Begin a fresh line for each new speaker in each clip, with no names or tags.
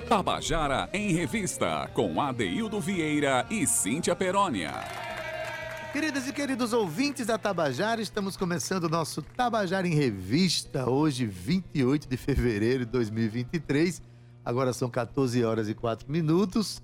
Tabajara em Revista, com Adeildo Vieira e Cíntia Perônia.
Queridas e queridos ouvintes da Tabajara, estamos começando o nosso Tabajara em Revista, hoje 28 de fevereiro de 2023. Agora são 14 horas e 4 minutos.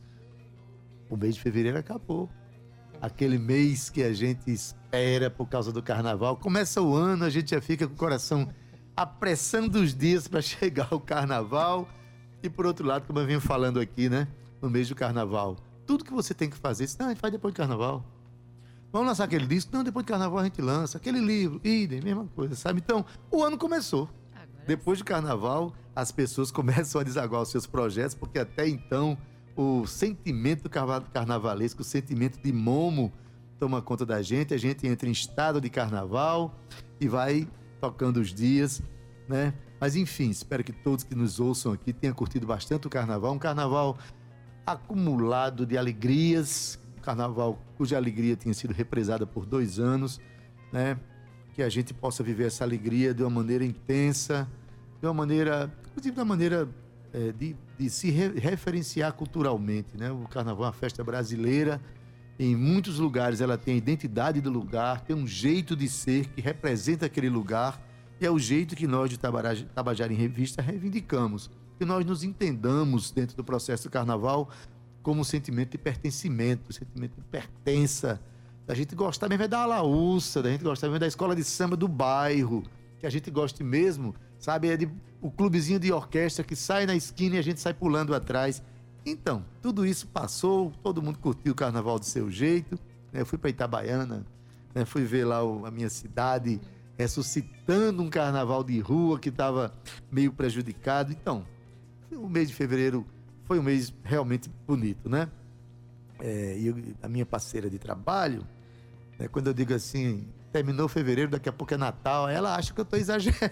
O mês de fevereiro acabou. Aquele mês que a gente espera por causa do carnaval. Começa o ano, a gente já fica com o coração apressando os dias para chegar o carnaval. E por outro lado, como eu venho falando aqui, né? No mês do carnaval, tudo que você tem que fazer, não, a gente faz depois do carnaval. Vamos lançar aquele disco? Não, depois do carnaval a gente lança. Aquele livro, idem, mesma coisa, sabe? Então, o ano começou. Depois do carnaval, as pessoas começam a desaguar os seus projetos, porque até então o sentimento carnavalesco, o sentimento de momo toma conta da gente. A gente entra em estado de carnaval e vai tocando os dias, né? Mas enfim, espero que todos que nos ouçam aqui tenham curtido bastante o carnaval. Um carnaval acumulado de alegrias, um carnaval cuja alegria tinha sido represada por 2 anos, né? Que a gente possa viver essa alegria de uma maneira intensa, de uma maneira, inclusive de uma maneira de se referenciar culturalmente, né? O carnaval é uma festa brasileira. Em muitos lugares ela tem a identidade do lugar, tem um jeito de ser que representa aquele lugar. E é o jeito que nós de Tabajara em Revista reivindicamos. Que nós nos entendamos dentro do processo do carnaval como um sentimento de pertencimento, um sentimento de pertença. Da gente gostar mesmo é da alaúça, da gente gostar mesmo da escola de samba do bairro. Que a gente goste mesmo, sabe? É o clubezinho de orquestra que sai na esquina e a gente sai pulando atrás. Então, tudo isso passou, todo mundo curtiu o carnaval do seu jeito. Né? Eu fui para Itabaiana, né? Fui ver lá a minha cidade ressuscitando um carnaval de rua que estava meio prejudicado. Então, o mês de fevereiro foi um mês realmente bonito, né? E a minha parceira de trabalho, né, quando eu digo assim, terminou fevereiro, daqui a pouco é Natal, ela acha que eu estou exagerando.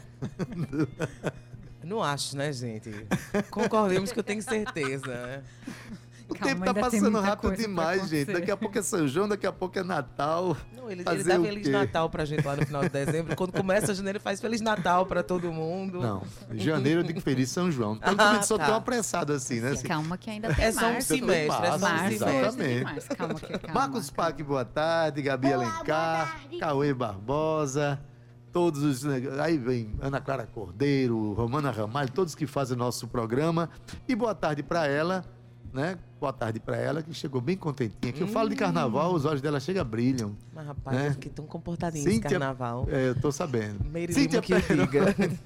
Não acho, né, gente? Concordemos que eu tenho certeza, né?
O tempo tá passando rápido demais, gente. Daqui a pouco é São João, daqui a pouco é Natal.
Não, ele dá Feliz Natal pra gente lá no final de dezembro. Quando começa janeiro, faz Feliz Natal pra todo mundo.
Não, em janeiro eu digo Feliz São João. Então eu sou tão apressado assim, né? Assim.
Calma que ainda tem
É só um semestre, é só um semestre.
Exatamente.
Calma.
Marcos Pac, boa tarde. Gabi Alencar, Cauê Barbosa, todos os... Aí vem Ana Clara Cordeiro, Romana Ramalho, todos que fazem nosso programa. E boa tarde pra ela, né? Boa tarde pra ela, que chegou bem contentinha. Que eu falo de carnaval, os olhos dela chegam, brilham.
Mas, rapaz,
né?
Eu fiquei tão comportadinho nesse carnaval.
Eu tô sabendo.
Meire Lima que diga.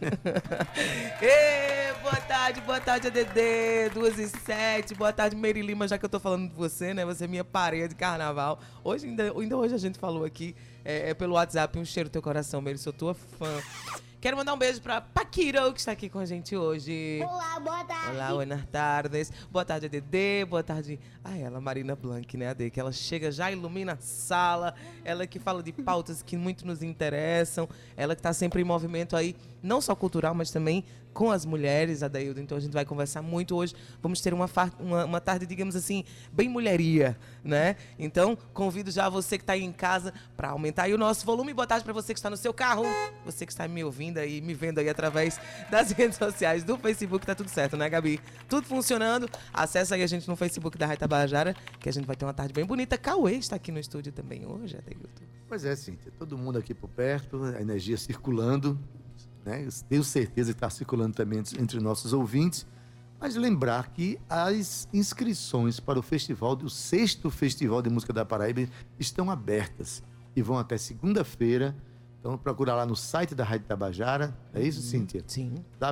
Boa tarde, ADD, 2h07. Boa tarde, Meire Lima, já que eu tô falando de você, né? Você é minha pareia de carnaval. Ainda hoje a gente falou aqui pelo WhatsApp, um cheiro no teu coração, Meire, sou tua fã. Quero mandar um beijo pra Paquiro, que está aqui com a gente hoje.
Olá, boa tarde.
Olá, buenas tardes. Boa tarde, ADD. Boa tarde ela, Marina Blanc, né, AD? Que ela chega, já ilumina a sala. Ela que fala de pautas que muito nos interessam. Ela que tá sempre em movimento aí, não só cultural, mas também com as mulheres, Adaildo. Então a gente vai conversar muito hoje. Vamos ter uma tarde, digamos assim, bem mulheria, né? Então, convido já você que está aí em casa para aumentar aí o nosso volume. Boa tarde para você que está no seu carro, você que está me ouvindo aí, me vendo aí através das redes sociais, do Facebook, tá tudo certo, né, Gabi? Tudo funcionando. Acessa aí a gente no Facebook da Rádio Tabajara, que a gente vai ter uma tarde bem bonita. Cauê está aqui no estúdio também hoje, Adaildo.
Pois é, Cíntia, todo mundo aqui por perto, a energia circulando, né? Eu tenho certeza que está circulando também entre nossos ouvintes, mas lembrar que as inscrições para o festival, o 6º Festival de Música da Paraíba, estão abertas e vão até segunda-feira. Então procura lá no site da Rádio Tabajara, é isso, Cíntia?
Sim.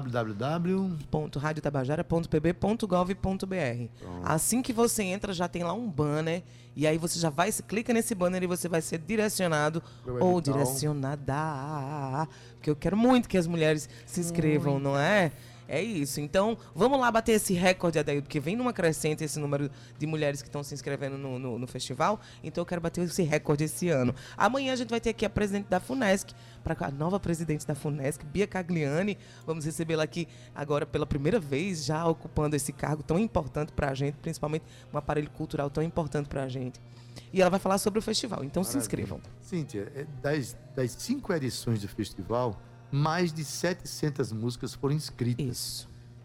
www.radiottabajara.pb.gov.br.
Assim que você entra, já tem lá um banner, e aí você já clica nesse banner e você vai ser direcionado ou direcionada. Porque eu quero muito que as mulheres se inscrevam, não é? É isso. Então, vamos lá bater esse recorde, Adaildo, porque vem numa crescente esse número de mulheres que estão se inscrevendo no festival. Então, eu quero bater esse recorde esse ano. Amanhã a gente vai ter aqui a presidente da FUNESC, a nova presidente da FUNESC, Bia Cagliani. Vamos recebê-la aqui agora pela primeira vez, já ocupando esse cargo tão importante para a gente, principalmente um aparelho cultural tão importante para a gente. E ela vai falar sobre o festival. Então, se inscrevam.
Cíntia, das 5 edições do festival, mais de 700 músicas foram inscritas.
Isso.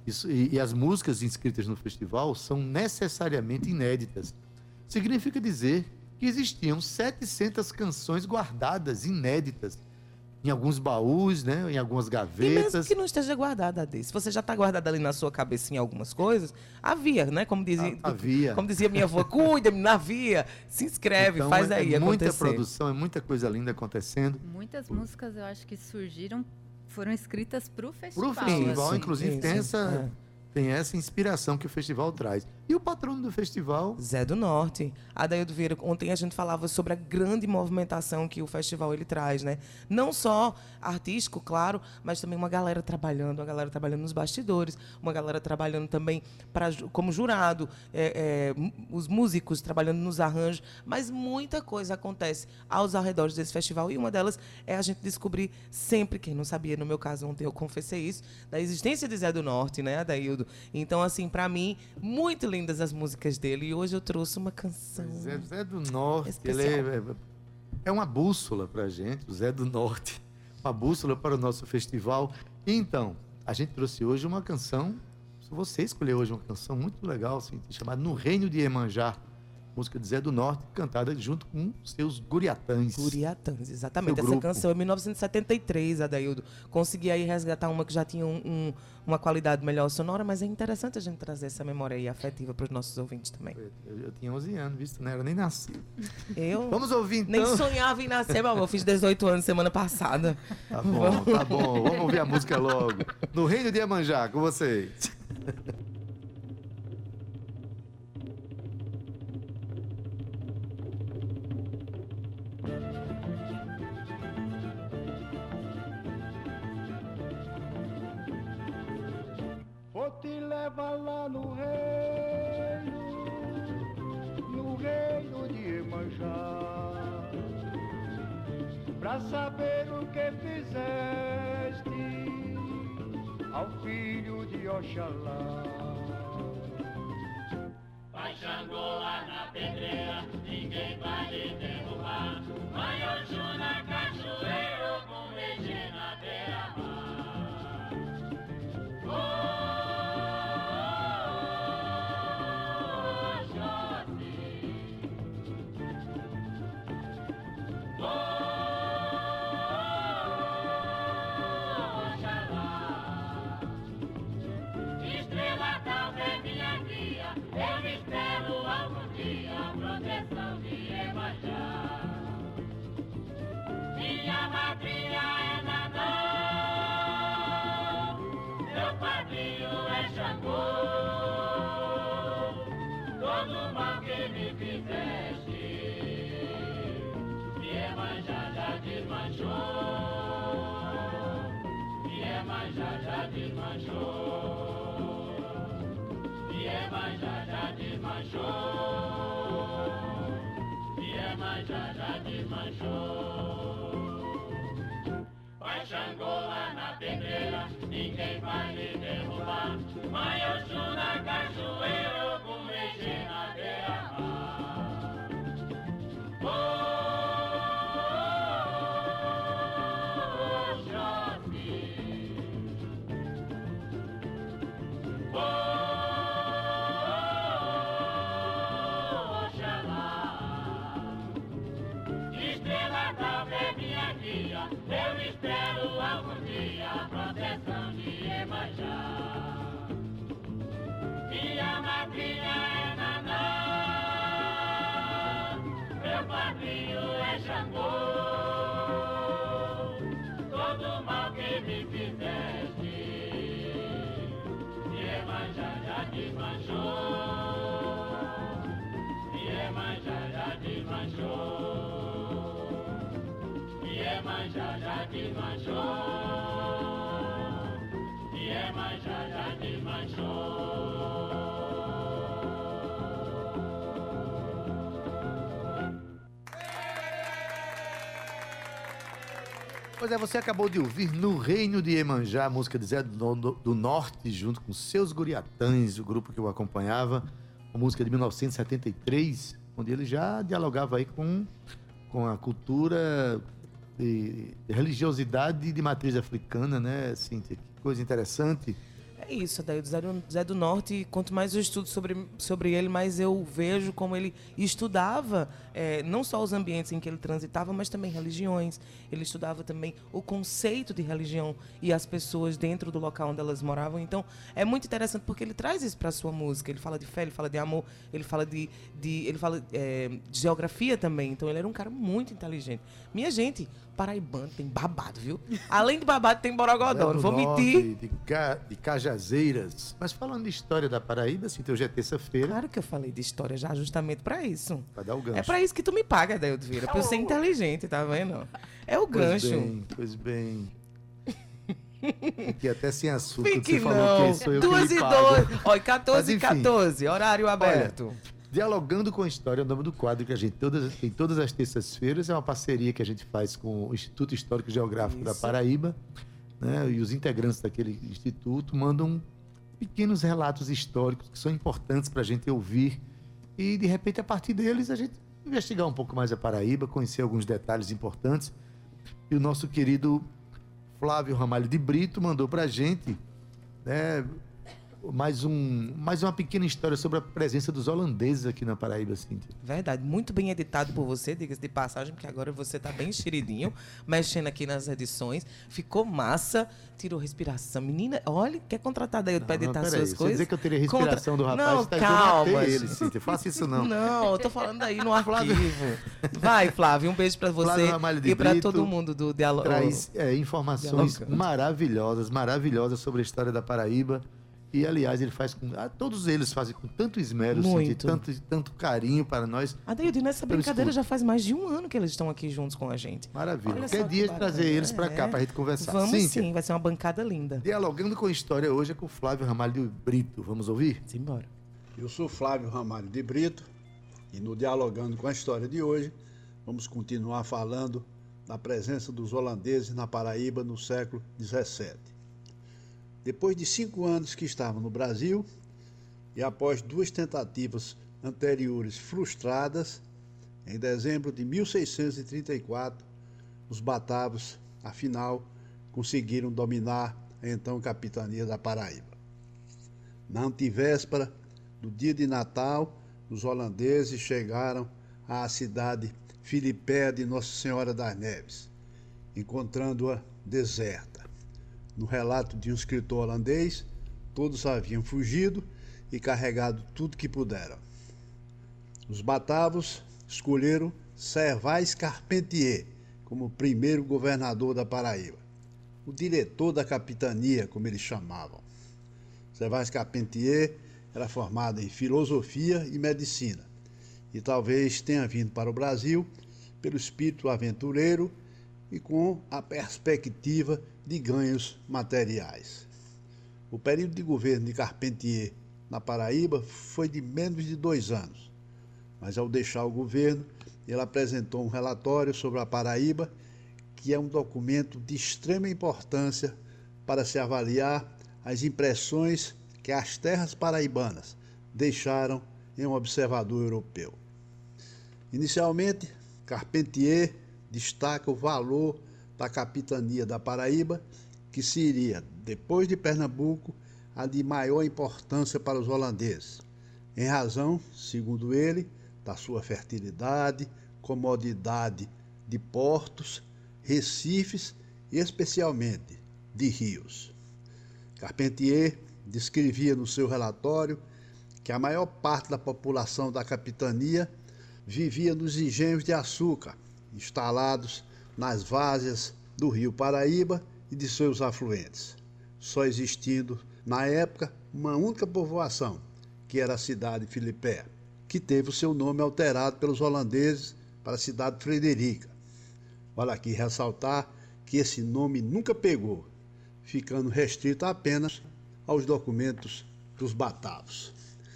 E as músicas inscritas no festival são necessariamente inéditas. Significa dizer que existiam 700 canções guardadas, inéditas, em alguns baús, né, em algumas
E
gavetas.
mesmo que não esteja guardada, Ade, se você já está guardada ali na sua cabecinha algumas coisas, havia, né? Como dizia minha avó, cuida, menina, havia. Se inscreve,
Então,
faz aí
é muita
acontecer.
produção, é muita coisa linda acontecendo.
Muitas músicas eu acho que foram escritas pro
Para
festival.
o festival,
assim.
inclusive, tem essa inspiração que o festival traz. E o patrono do festival?
Zé do Norte. Adaildo Vieira, ontem a gente falava sobre a grande movimentação que o festival ele traz, né? Não só artístico, claro, mas também uma galera trabalhando nos bastidores, uma galera trabalhando também como jurado, os músicos trabalhando nos arranjos, mas muita coisa acontece aos arredores desse festival e uma delas é a gente descobrir sempre, quem não sabia, no meu caso ontem eu confessei isso, da existência de Zé do Norte, né, Adaildo? Então, assim, pra mim, muito lindas as músicas dele. E hoje eu trouxe uma canção.
Zé do Norte,
especial.
ele é uma bússola pra gente, o Zé do Norte. Uma bússola para o nosso festival. E então, a gente trouxe hoje uma canção, você escolheu hoje uma canção muito legal, assim, chamada No Reino de Iemanjá. Música de Zé do Norte, cantada junto com seus Guriatãs.
Guriatãs, exatamente.
Seu
Essa
grupo.
canção é 1973, Adaildo. Consegui aí resgatar uma que já tinha uma qualidade melhor sonora, mas é interessante a gente trazer essa memória aí afetiva para os nossos ouvintes também.
Eu tinha 11 anos, visto? Não era nem nascido.
Eu
Vamos ouvir então.
nem sonhava em nascer, meu amor. Eu fiz 18 anos semana passada.
Tá bom, tá bom. Vamos ouvir a música logo. No Reino de Iemanjá, com vocês.
Vou te levar lá no reino de Iemanjá, pra saber o que fizeste ao filho de Oxalá.
Vai Xangô lá na pedreira, ninguém vai lhe derrubar. Vai Oxum na cachoeira, com Megê na beira-mar. Estrela talvez minha guia, eu espero algum dia a proteção de Iemanjá. Minha madrinha é Nanã, meu padrinho é Xangô. Todo mal que me fizeste, Iemanjá já desmanchou. Iemanjá já desmanchou. Iemanjá já desmanchou. Iemanjá já desmanchou. Vai Xangô lá na pedreira, ninguém vai lhe derrubar. Mãe Oxum na cachoeira, Ogum Megê na beira-mar. Estrela talvez minha guia, eu espero algum dia a proteção de Iemanjá. Minha madrinha é Nanã, meu padrinho é Xangô. Todo mal que me fizeste, Iemanjá já desmanchou. Iemanjá já desmanchou. Iemanjá já desmanchou. Iemanjá já desmanchou.
Pois é, você acabou de ouvir No Reino de Iemanjá, a música de Zé do Norte, junto com seus Guriatãs, o grupo que eu acompanhava, uma música de 1973, onde ele já dialogava aí com a cultura e religiosidade de matriz africana, né, Cíntia? Que coisa interessante.
É isso, daí o Zé do Norte, quanto mais eu estudo sobre ele, mais eu vejo como ele estudava não só os ambientes em que ele transitava, mas também religiões. Ele estudava também o conceito de religião e as pessoas dentro do local onde elas moravam. Então, é muito interessante porque ele traz isso para a sua música. Ele fala de fé, ele fala de amor, ele fala de geografia também. Então, ele era um cara muito inteligente. Minha gente, paraibano tem babado, viu? Além de babado, tem borogodó, não vou mentir.
De Cajazeiras. Mas falando de história da Paraíba, assim, hoje é terça-feira.
Claro que eu falei de história já justamente pra isso.
Pra dar o gancho.
É pra isso que tu me paga, Adeildo Vieira, pra eu ser inteligente, tá vendo? É o gancho.
Pois bem. Fiquei até sem assunto.
Fique
você falou que sou eu
2
que
e
lhe
2.
pago.
Olha, 14 e
Mas, enfim.
14, horário aberto.
Olha, Dialogando com a História é o nome do quadro que a gente tem todas as terças-feiras. É uma parceria que a gente faz com o Instituto Histórico e Geográfico da Paraíba, né? E os integrantes daquele instituto mandam pequenos relatos históricos que são importantes para a gente ouvir. E, de repente, a partir deles, a gente investigar um pouco mais a Paraíba, conhecer alguns detalhes importantes. E o nosso querido Flávio Ramalho de Brito mandou para a gente, né, mais uma pequena história sobre a presença dos holandeses aqui na Paraíba, Cíntia.
Verdade, muito bem editado por você, diga-se de passagem, porque agora você tá bem enxeridinho, mexendo aqui nas edições. Ficou massa, tirou respiração. Menina, olha, quer contratar daí pra editar suas coisas?
Você dizer que eu teria respiração do rapaz,
não,
tá
calma,
ele, Cíntia. Faça isso não.
Não, eu tô falando aí no arquivo. Vai, Flávio, um beijo pra você
Flávio Ramalho de
e pra
Brito
todo mundo do Diálogo.
Traz informações
Dialogando.
maravilhosas sobre a história da Paraíba. E, aliás, ele faz todos eles fazem com tanto esmero,
Muito.
tanto carinho para nós.
Adeildo, nessa brincadeira já faz mais de 1 ano que eles estão aqui juntos com a gente.
Maravilha.
Olha
Qualquer
só que
dia de
bacana.
trazer eles para cá, para a gente conversar.
Vamos
Cíntia,
sim, vai ser uma bancada linda.
Dialogando com a História hoje é com o Flávio Ramalho de Brito. Vamos ouvir?
Simbora.
Eu sou Flávio Ramalho de Brito e no Dialogando com a História de hoje vamos continuar falando da presença dos holandeses na Paraíba no século XVII. Depois de 5 anos que estavam no Brasil e após 2 tentativas anteriores frustradas, em dezembro de 1634, os batavos, afinal, conseguiram dominar a então capitania da Paraíba. Na antevéspera do dia de Natal, os holandeses chegaram à cidade filipéia de Nossa Senhora das Neves, encontrando-a deserta. No relato de um escritor holandês, todos haviam fugido e carregado tudo que puderam. Os batavos escolheram Servais Carpentier como primeiro governador da Paraíba, o diretor da capitania, como eles chamavam. Servais Carpentier era formado em filosofia e medicina e talvez tenha vindo para o Brasil pelo espírito aventureiro e com a perspectiva de ganhos materiais. O período de governo de Carpentier na Paraíba foi de menos de 2 anos, mas ao deixar o governo, ele apresentou um relatório sobre a Paraíba, que é um documento de extrema importância para se avaliar as impressões que as terras paraibanas deixaram em um observador europeu. Inicialmente, Carpentier destaca o valor da capitania da Paraíba, que seria, depois de Pernambuco, a de maior importância para os holandeses, em razão, segundo ele, da sua fertilidade, comodidade de portos, recifes e, especialmente, de rios. Carpentier descrevia no seu relatório que a maior parte da população da capitania vivia nos engenhos de açúcar, instalados nas várzeas do rio Paraíba e de seus afluentes, só existindo, na época, uma única povoação, que era a cidade filipéia, que teve o seu nome alterado pelos holandeses para a cidade Frederica. Vale aqui ressaltar que esse nome nunca pegou, ficando restrito apenas aos documentos dos batavos.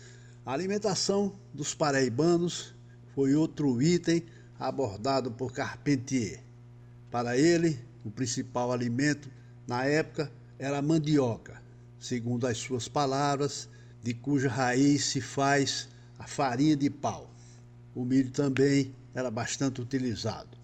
A alimentação dos paraibanos foi outro item abordado por Carpentier. Para ele, o principal alimento, na época, era a mandioca, segundo as suas palavras, de cuja raiz se faz a farinha de pau. O milho também era bastante utilizado.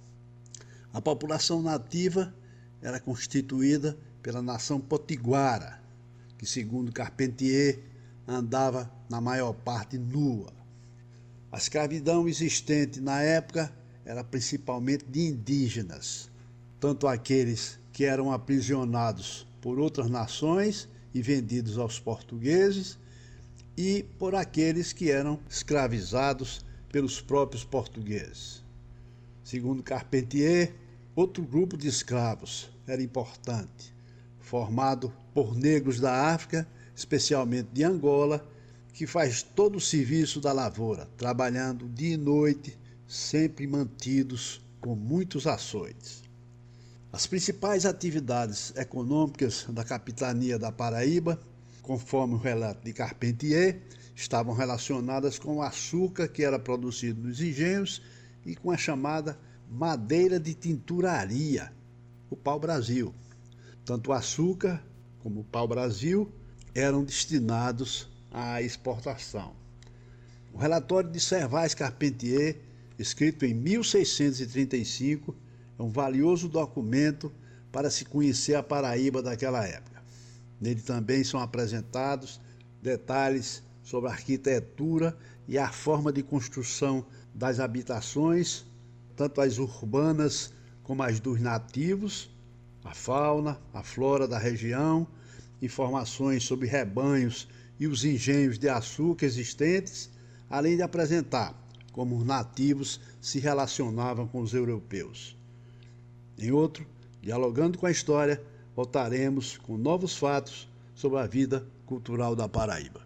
A população nativa era constituída pela nação potiguara, que, segundo Carpentier, andava na maior parte nua. A escravidão existente na época era principalmente de indígenas, tanto aqueles que eram aprisionados por outras nações e vendidos aos portugueses, e por aqueles que eram escravizados pelos próprios portugueses. Segundo Carpentier, outro grupo de escravos era importante, formado por negros da África, especialmente de Angola, que faz todo o serviço da lavoura, trabalhando dia e noite, sempre mantidos com muitos açoites. As principais atividades econômicas da capitania da Paraíba, conforme o relato de Carpentier, estavam relacionadas com o açúcar que era produzido nos engenhos e com a chamada madeira de tinturaria, o pau-brasil. Tanto o açúcar como o pau-brasil eram destinados à exportação. O relatório de Servais Carpentier, escrito em 1635, é um valioso documento para se conhecer a Paraíba daquela época. Nele também são apresentados detalhes sobre a arquitetura e a forma de construção das habitações, tanto as urbanas como as dos nativos, a fauna, a flora da região, informações sobre rebanhos e os engenhos de açúcar existentes, além de apresentar como os nativos se relacionavam com os europeus. Em outro, Dialogando com a História, voltaremos com novos fatos sobre a vida cultural da Paraíba.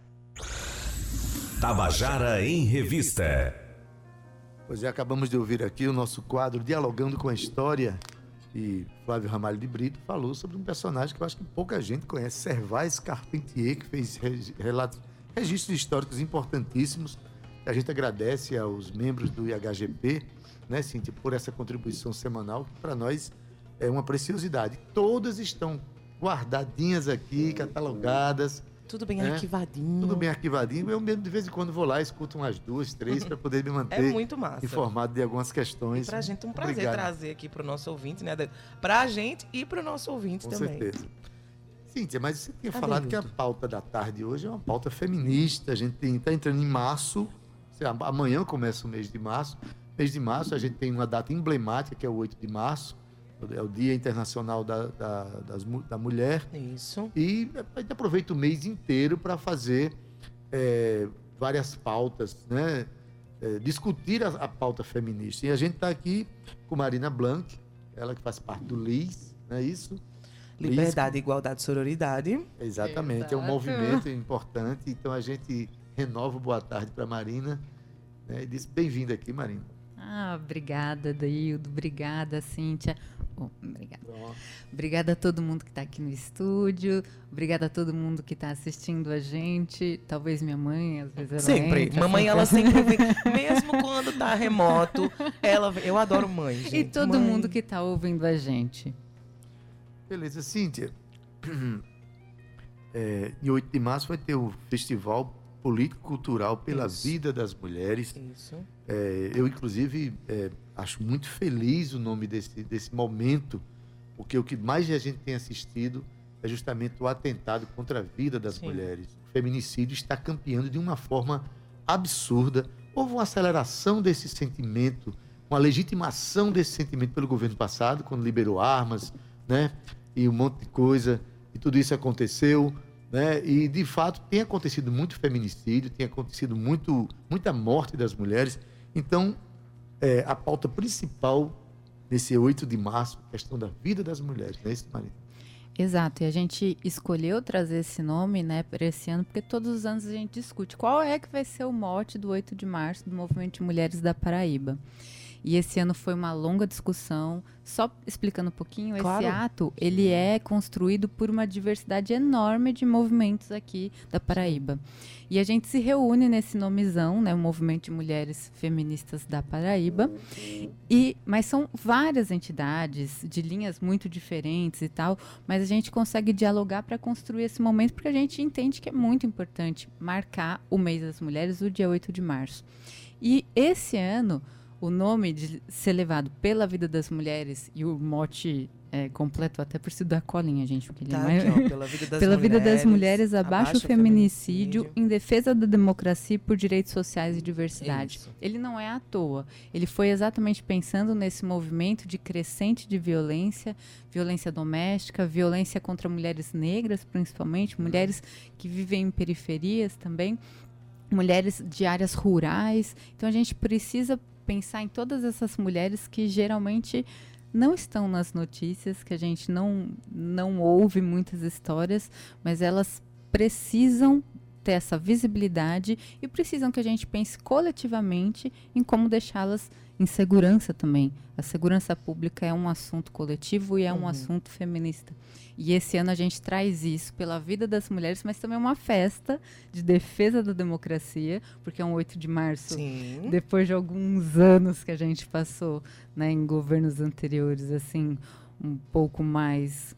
Tabajara em Revista.
Pois é, acabamos de ouvir aqui o nosso quadro Dialogando com a História, e Flávio Ramalho de Brito falou sobre um personagem que eu acho que pouca gente conhece, Servais Carpentier, que fez registros históricos importantíssimos. A gente agradece aos membros do IHGP, né, Cíntia, por essa contribuição semanal, que para nós é uma preciosidade. Todas estão guardadinhas aqui, catalogadas.
Tudo bem arquivadinho.
Tudo bem arquivadinho. Eu mesmo, de vez em quando, vou lá e escuto umas 2, 3 para poder me manter
muito massa.
informado de algumas questões.
E pra gente é um prazer
Obrigado.
trazer aqui pro nosso ouvinte, né? Pra gente e pro nosso ouvinte
Com
também.
certeza. Cíntia, mas você tinha
Adeildo.
falado que a pauta da tarde hoje é uma pauta feminista. A gente está entrando em março. Amanhã começa o mês de março. Mês de março a gente tem uma data emblemática, que é o 8 de março. É o Dia Internacional da Mulher.
Isso.
E a gente aproveita o mês inteiro para fazer várias pautas, né? Discutir a pauta feminista. E a gente está aqui com Marina Blanc, ela que faz parte do LIS, não é isso?
Liberdade, Igualdade e Sororidade.
Exatamente,
Exato.
é um movimento importante. Então a gente renova o boa tarde para Marina, né? E diz bem-vinda aqui, Marina.
Obrigada, Adeildo. Obrigada, Cíntia. Obrigada.
Pronto.
Obrigada a todo mundo que está aqui no estúdio. Obrigada a todo mundo que está assistindo a gente. Talvez minha mãe, às vezes ela
Sempre.
entra,
Mamãe, ela sempre vem. Mesmo quando tá remoto, eu adoro mãe, gente.
E todo
Mãe.
mundo que está ouvindo a gente.
Beleza, Cíntia. Em 8 de março vai ter o Festival Político-Cultural pela
Isso.
Vida das Mulheres.
Isso.
Eu, inclusive, acho muito feliz o nome desse momento, porque o que mais a gente tem assistido é justamente o atentado contra a vida das
Sim.
mulheres. O feminicídio está campeando de uma forma absurda. Houve uma aceleração desse sentimento, uma legitimação desse sentimento pelo governo passado, quando liberou armas, né? E um monte de coisa, e tudo isso aconteceu, né? E, de fato, tem acontecido muito feminicídio, tem acontecido muita morte das mulheres. Então, a pauta principal nesse 8 de março, a questão da vida das mulheres, não é isso, Marina?
Exato, e a gente escolheu trazer esse nome, né, para esse ano, porque todos os anos a gente discute qual é que vai ser o mote do 8 de março do Movimento de Mulheres da Paraíba. E esse ano foi uma longa discussão. Só explicando um pouquinho,
Claro.
esse ato, ele é construído por uma diversidade enorme de movimentos aqui da Paraíba. E a gente se reúne nesse nomezão, né, o Movimento de Mulheres Feministas da Paraíba. Mas são várias entidades de linhas muito diferentes e tal, mas a gente consegue dialogar para construir esse momento, porque a gente entende que é muito importante marcar o mês das mulheres, o dia 8 de março. E esse ano, o nome de ser levado pela vida das mulheres e o mote completo, até preciso da colinha, gente, porque ele
Tá
é
aqui, ó, pela
vida das mulheres, abaixo o feminicídio,
feminicídio.
em defesa da democracia e por direitos sociais e diversidade.
Isso.
Ele não é à toa. Ele foi exatamente pensando nesse movimento de crescente de violência, violência doméstica, violência contra mulheres negras, principalmente, mulheres que vivem em periferias também, mulheres de áreas rurais. Então a gente precisa pensar em todas essas mulheres que geralmente não estão nas notícias, que a gente não ouve muitas histórias, mas elas precisam ter essa visibilidade e precisam que a gente pense coletivamente em como deixá-las em segurança também. A segurança pública é um assunto coletivo e é um assunto feminista. E esse ano a gente traz isso pela vida das mulheres, mas também é uma festa de defesa da democracia, porque é um 8 de março,
Sim.
depois de alguns anos que a gente passou, né, em governos anteriores, assim, um pouco mais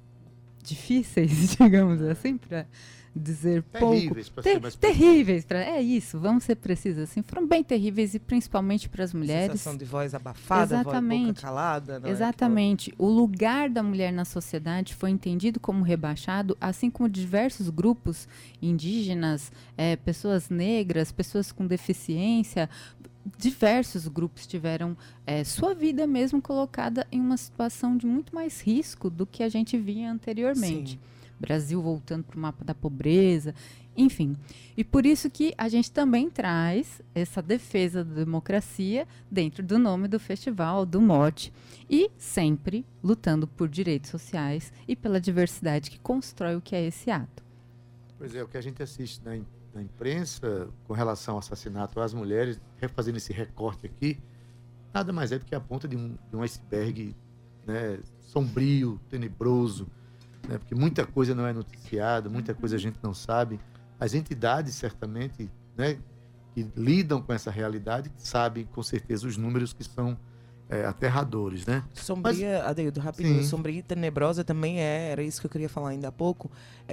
difíceis, digamos assim, para dizer
Terríveis,
pouco.
pra ser mais
Terríveis, é isso, vamos ser precisos assim. Foram bem terríveis e principalmente para as mulheres.
Sensação de voz abafada, voz boca calada. Não
Exatamente. O lugar da mulher na sociedade foi entendido como rebaixado, assim como diversos grupos indígenas, pessoas negras, pessoas com deficiência. Diversos grupos tiveram sua vida mesmo colocada em uma situação de muito mais risco do que a gente via anteriormente.
Sim.
Brasil voltando para o mapa da pobreza, enfim. E por isso que a gente também traz essa defesa da democracia dentro do nome do festival, do mote, e sempre lutando por direitos sociais e pela diversidade que constrói o que é esse ato.
Pois é, o que a gente assiste na imprensa com relação ao assassinato às mulheres, refazendo esse recorte aqui, nada mais é do que a ponta de um iceberg, né, sombrio, tenebroso, né, porque muita coisa não é noticiada, muita coisa a gente não sabe. As entidades, certamente, né, que lidam com essa realidade, sabem com certeza os números que são aterradores, né?
Sombria, Adeildo, rapidinho,
Sim.
sombria e tenebrosa também era isso que eu queria falar ainda há pouco,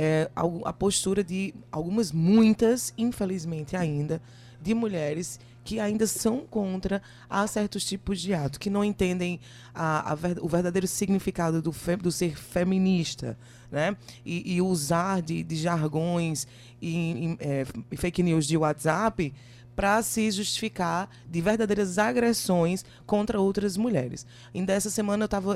a postura de muitas, infelizmente ainda, de mulheres que ainda são contra a certos tipos de ato, que não entendem o verdadeiro significado do ser feminista, né? E usar de jargões e fake news de WhatsApp para se justificar de verdadeiras agressões contra outras mulheres. Ainda essa semana eu estava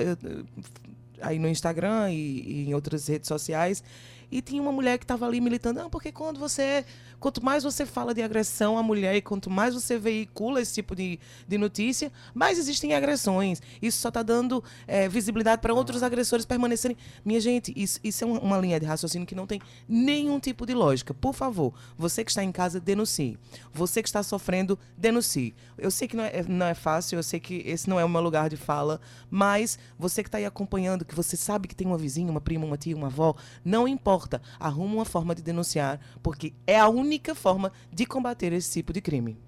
aí no Instagram e em outras redes sociais e tinha uma mulher que estava ali militando, porque quanto mais você fala de agressão à mulher e quanto mais você veicula esse tipo de notícia, mais existem agressões. Isso só está dando visibilidade para outros agressores permanecerem. Minha gente, isso é uma linha de raciocínio que não tem nenhum tipo de lógica. Por favor, você que está em casa, denuncie. Você que está sofrendo, denuncie. Eu sei que não é fácil, eu sei que esse não é o meu lugar de fala, mas você que está aí acompanhando, que você sabe que tem uma vizinha, uma prima, uma tia, uma avó, não importa. Arruma uma forma de denunciar, porque é a única forma de combater esse tipo de crime.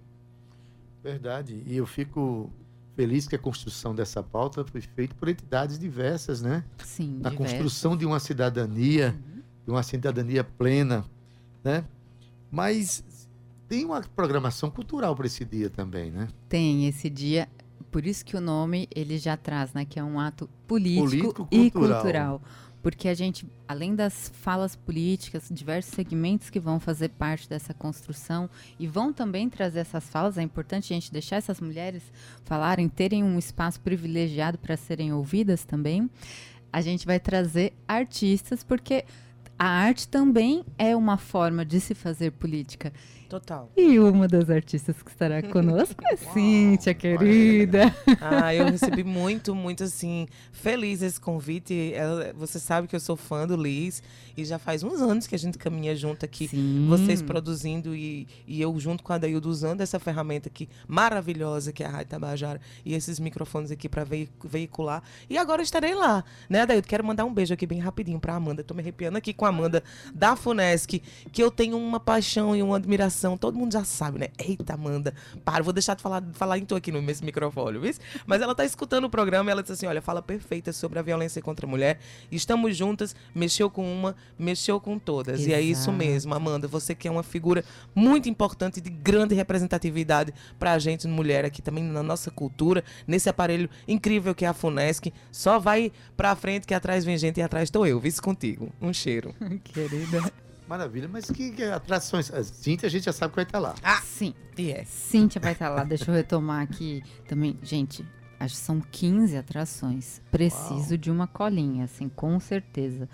Verdade. E eu fico feliz que a construção dessa pauta foi feita por entidades diversas, né?
Sim,
Na construção de uma cidadania, de uma cidadania plena, né? Mas tem uma programação cultural para esse dia também, né?
Tem esse dia, por isso que o nome ele já traz, né? Que é um ato político
Político-cultural.
e cultural. Porque a gente, além das falas políticas, diversos segmentos que vão fazer parte dessa construção e vão também trazer essas falas, é importante a gente deixar essas mulheres falarem, terem um espaço privilegiado para serem ouvidas também. A gente vai trazer artistas, porque a arte também é uma forma de se fazer política.
Total.
E uma das artistas que estará conosco é Cíntia, querida.
Eu recebi muito, assim, feliz esse convite. Você sabe que eu sou fã do Liz e já faz uns anos que a gente caminha junto aqui,
Sim.
vocês produzindo e eu junto com a Adeildo usando essa ferramenta aqui maravilhosa que é a Rádio Tabajara e esses microfones aqui para veicular. E agora estarei lá, né, Adeildo? Quero mandar um beijo aqui bem rapidinho para Amanda. Tô me arrepiando aqui com a Amanda da FUNESC, que eu tenho uma paixão e uma admiração coração, todo mundo já sabe, né? Eita, Amanda, para, vou deixar de falar em tu aqui no mesmo microfone, viu? Mas ela tá escutando o programa e ela disse assim, olha, fala perfeita sobre a violência contra a mulher. Estamos juntas, mexeu com uma, mexeu com todas.
Exato.
E é isso mesmo, Amanda, você que é uma figura muito importante, de grande representatividade pra gente, mulher, aqui também na nossa cultura, nesse aparelho incrível que é a FUNESC. Só vai pra frente que atrás vem gente e atrás estou eu. Vice contigo. Um cheiro.
Querida.
Maravilha, mas que atrações? A Cíntia, a gente já sabe que vai estar lá.
Sim.
E é.
Cíntia vai estar lá. Deixa eu retomar aqui também. Gente, acho que são 15 atrações. Preciso de uma colinha, assim, com certeza.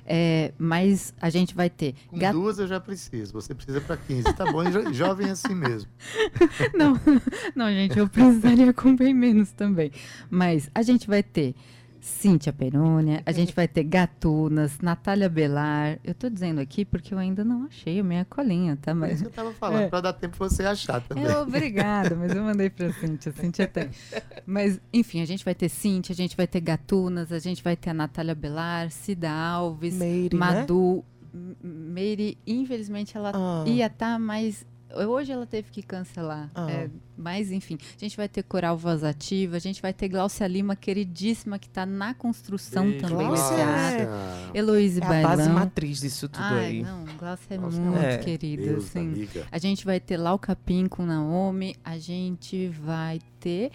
Mas a gente vai ter...
Com 2 eu já preciso. Você precisa para 15. Tá bom, jovem assim mesmo.
Não, gente, eu precisaria com bem menos também. Mas a gente vai ter Cíntia Perônia, a gente vai ter Gatunas, Natália Belar. Eu tô dizendo aqui porque eu ainda não achei a minha colinha, tá?
Por
Mas
isso que eu tava falando, para dar tempo pra você achar também.
obrigada, mas eu mandei pra Cíntia. Cíntia tem. Mas, enfim, a gente vai ter Cíntia, a gente vai ter Gatunas, a gente vai ter a Natália Belar, Cida Alves,
Meire,
Madu. Meire, infelizmente, ela ia estar, mas hoje ela teve que cancelar. Mas, enfim, a gente vai ter Coral Voz Ativa, a gente vai ter Gláucia Lima, queridíssima, que está na construção
Beijo,
também
Gláucia.
desse ar. Heloíse
É a
Bailão.
base matriz disso tudo aí.
Não, Gláucia é
Gláucia
muito
é
querida,
Deus,
assim.
amiga.
A gente vai ter Lau Capim com Naomi, a gente vai ter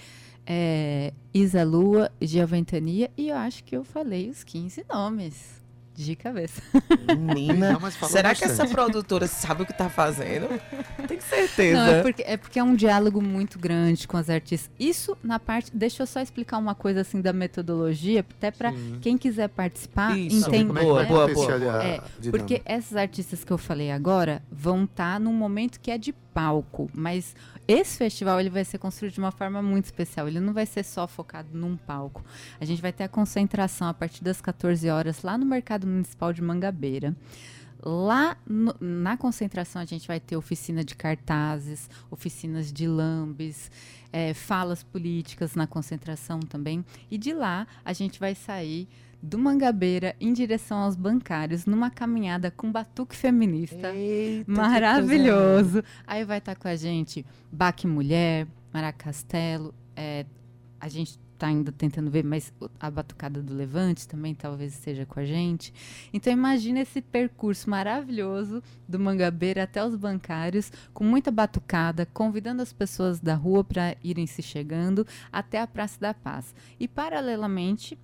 Isa Lua, Gia Ventania, e eu acho que eu falei os 15 nomes de cabeça.
Menina,
Não, mas falou
será que
bastante.
essa produtora sabe o que tá fazendo? Tem certeza.
Não, é porque é um diálogo muito grande com as artistas. Isso na parte... Deixa eu só explicar uma coisa assim da metodologia, até para quem quiser participar
Isso.
entender.
Como é que vai
Boa,
acontecer
boa.
a dinâmica?
Porque essas artistas que eu falei agora vão estar num momento que é de palco, mas esse festival ele vai ser construído de uma forma muito especial. Ele não vai ser só focado num palco. A gente vai ter a concentração a partir das 14 horas lá no Mercado Municipal de Mangabeira. Lá na concentração a gente vai ter oficina de cartazes, oficinas de lambes, falas políticas na concentração também. E de lá a gente vai sair do Mangabeira em direção aos bancários, numa caminhada com batuque feminista.
Eita,
Maravilhoso. Aí vai estar com a gente Baque Mulher, Mara Castelo, a gente está ainda tentando ver, mas a Batucada do Levante também talvez esteja com a gente. Então imagina esse percurso maravilhoso do Mangabeira até os bancários, com muita batucada, convidando as pessoas da rua para irem se chegando até a Praça da Paz. E paralelamente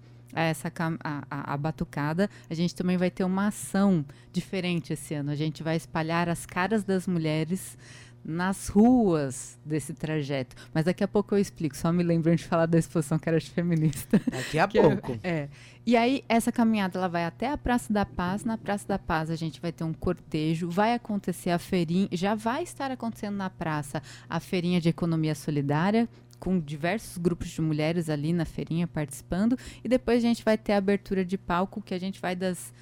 a batucada, a gente também vai ter uma ação diferente esse ano. A gente vai espalhar as caras das mulheres nas ruas desse trajeto. Mas daqui a pouco eu explico, só me lembrando de falar da exposição Caras Feminista.
Daqui a pouco.
E aí, essa caminhada ela vai até a Praça da Paz. Na Praça da Paz a gente vai ter um cortejo, vai acontecer a feirinha, já vai estar acontecendo na praça a feirinha de economia solidária, com diversos grupos de mulheres ali na feirinha participando. E depois a gente vai ter a abertura de palco, que a gente vai das